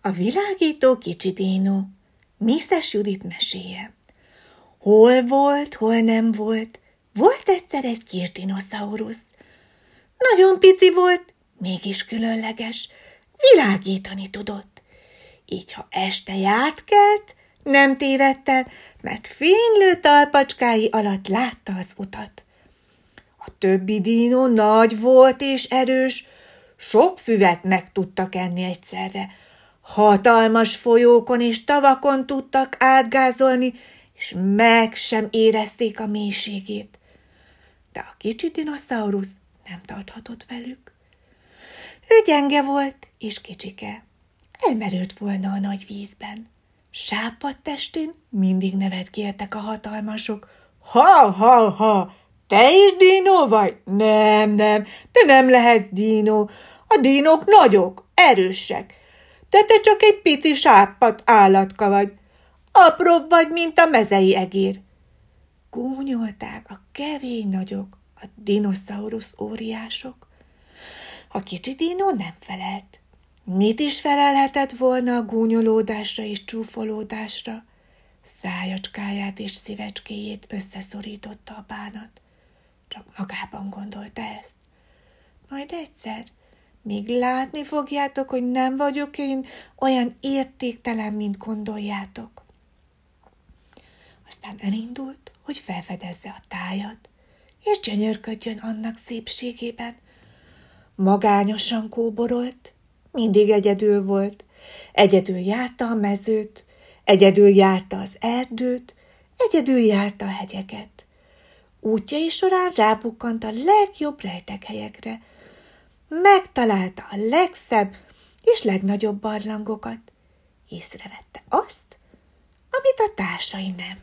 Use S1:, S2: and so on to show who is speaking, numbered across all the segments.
S1: A világító kicsi dínó. Mészes Judit meséje. Hol volt, hol nem volt. Volt egyszer egy kis dinoszaurusz. Nagyon pici volt, mégis különleges. Világítani tudott. Így, ha este járt kelt, nem tévedt el, mert fénylő talpacskái alatt látta az utat. A többi dínó nagy volt és erős, sok füvet meg tudtak enni egyszerre. Hatalmas folyókon és tavakon tudtak átgázolni, és meg sem érezték a mélységét. De a kicsi dinoszaurusz nem tarthatott velük. Ő gyenge volt és kicsike. Elmerült volna a nagy vízben. Sápadt testén mindig nevetgéltek a hatalmasok. Ha, ha, ha! Te is dínó vagy? Nem, te nem lehetsz dínó. A dínók nagyok, erősek. De te csak egy pici sápadt állatka vagy. Apróbb vagy, mint a mezei egér. Gúnyolták a kevény nagyok, a dinoszaurusz óriások. A kicsi dínó nem felelt. Mit is felelhetett volna a gúnyolódásra és csúfolódásra? Szájacskáját és szívecskéjét összeszorította a bánat. Csak magában gondolta ezt. Majd egyszer még látni fogjátok, hogy nem vagyok én olyan értéktelen, mint gondoljátok. Aztán elindult, hogy felfedezze a tájat, és gyönyörködjön annak szépségében. Magányosan kóborolt, mindig egyedül volt, egyedül járta a mezőt, egyedül járta az erdőt, egyedül járta a hegyeket. Útjai során rábukkant a legjobb rejtekhelyekre. Megtalálta a legszebb és legnagyobb barlangokat. Észrevette azt, amit a társai nem.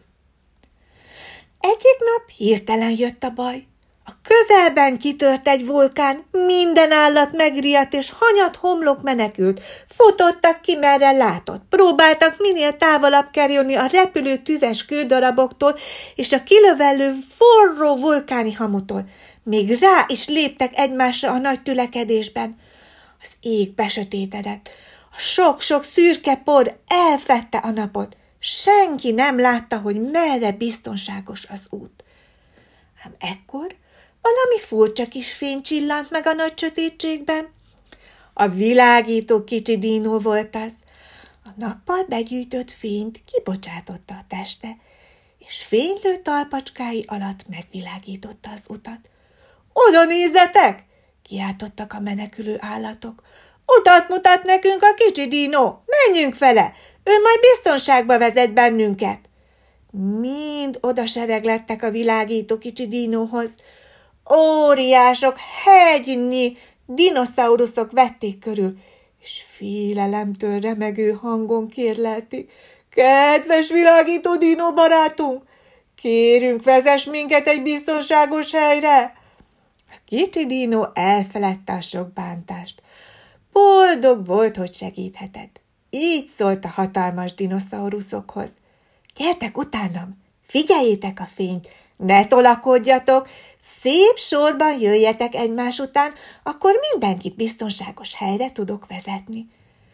S1: Egyik nap hirtelen jött a baj. A közelben kitört egy vulkán, minden állat megriadt és hanyat homlok menekült. Futottak ki, merre látott. Próbáltak minél távolabb kerülni a repülő tüzes kődaraboktól és a kilövellő forró vulkáni hamutól. Még rá is léptek egymásra a nagy tülekedésben. Az ég besötétedett. A sok-sok szürke por elfedte a napot. Senki nem látta, hogy merre biztonságos az út. Ám ekkor valami furcsa kis fény csillant meg a nagy sötétségben. A világító kicsi dínó volt az. A nappal begyűjtött fényt kibocsátotta a teste, és fénylő talpacskái alatt megvilágította az utat. Oda nézzetek! Kiáltottak a menekülő állatok. Utat mutat nekünk a kicsi dínó, menjünk vele, ő majd biztonságba vezet bennünket. Mind oda sereglettek a világító kicsi dínóhoz. Óriások, hegynyi dinoszauruszok vették körül, és félelemtől remegő hangon kérlelték. Kedves világító dínó barátunk, kérünk, vezess minket egy biztonságos helyre. A kicsi dínó elfeledte a sok bántást. Boldog volt, hogy segíthetett. Így szólt a hatalmas dinoszauruszokhoz. Gyertek utánam, figyeljétek a fényt, ne tolakodjatok, szép sorban jöjjetek egymás után, akkor mindenkit biztonságos helyre tudok vezetni.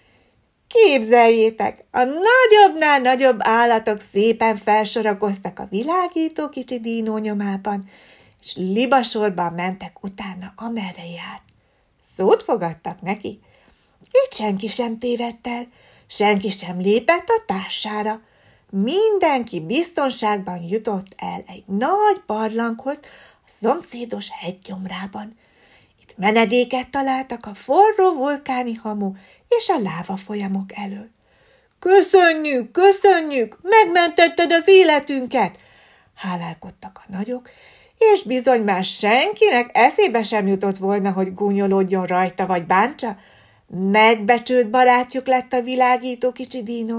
S1: Képzeljétek, a nagyobbnál nagyobb állatok szépen felsorakoztak a világító kicsi dínó nyomában, és libasorban mentek utána, amerre járt. Szót fogadtak neki, így senki sem tévedt el, senki sem lépett a társára. Mindenki biztonságban jutott el egy nagy barlanghoz a szomszédos hegygyomrában. Itt menedéket találtak a forró vulkáni hamu és a láva folyamok elől. Köszönjük, köszönjük, megmentetted az életünket! Hálálkodtak a nagyok, és bizony már senkinek eszébe sem jutott volna, hogy gúnyolódjon rajta vagy bántsa. Megbecsült barátjuk lett a világító kicsi dínó.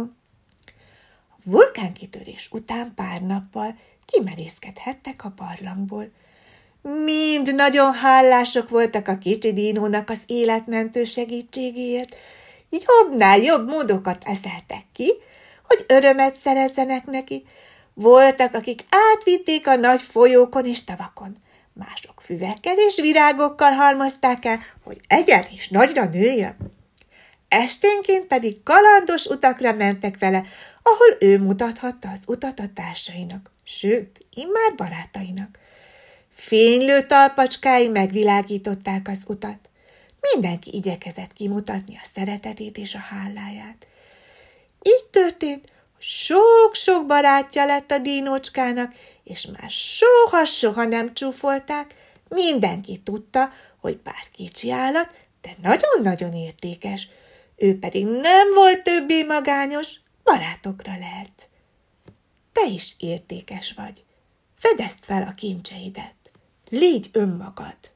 S1: A vulkánkitörés után pár nappal kimerészkedhettek a barlangból. Mind nagyon hálások voltak a kicsi dínónak az életmentő segítségéért. Jobbnál jobb módokat eszeltek ki, hogy örömet szerezzenek neki. Voltak, akik átvitték a nagy folyókon és tavakon. Mások füvekkel és virágokkal halmozták el, hogy egyen és nagyra nőjön. esténként pedig kalandos utakra mentek vele, ahol ő mutathatta az utat a társainak, sőt, immár barátainak. Fénylő talpacskái megvilágították az utat. Mindenki igyekezett kimutatni a szeretetét és a háláját. Így történt, hogy sok-sok barátja lett a dinócskának, és már soha-soha nem csúfolták. Mindenki tudta, hogy bár kicsi állat, de nagyon-nagyon értékes. Ő pedig nem volt többé magányos, barátokra lelt. Te is értékes vagy. Fedezd fel a kincseidet. Légy önmagad.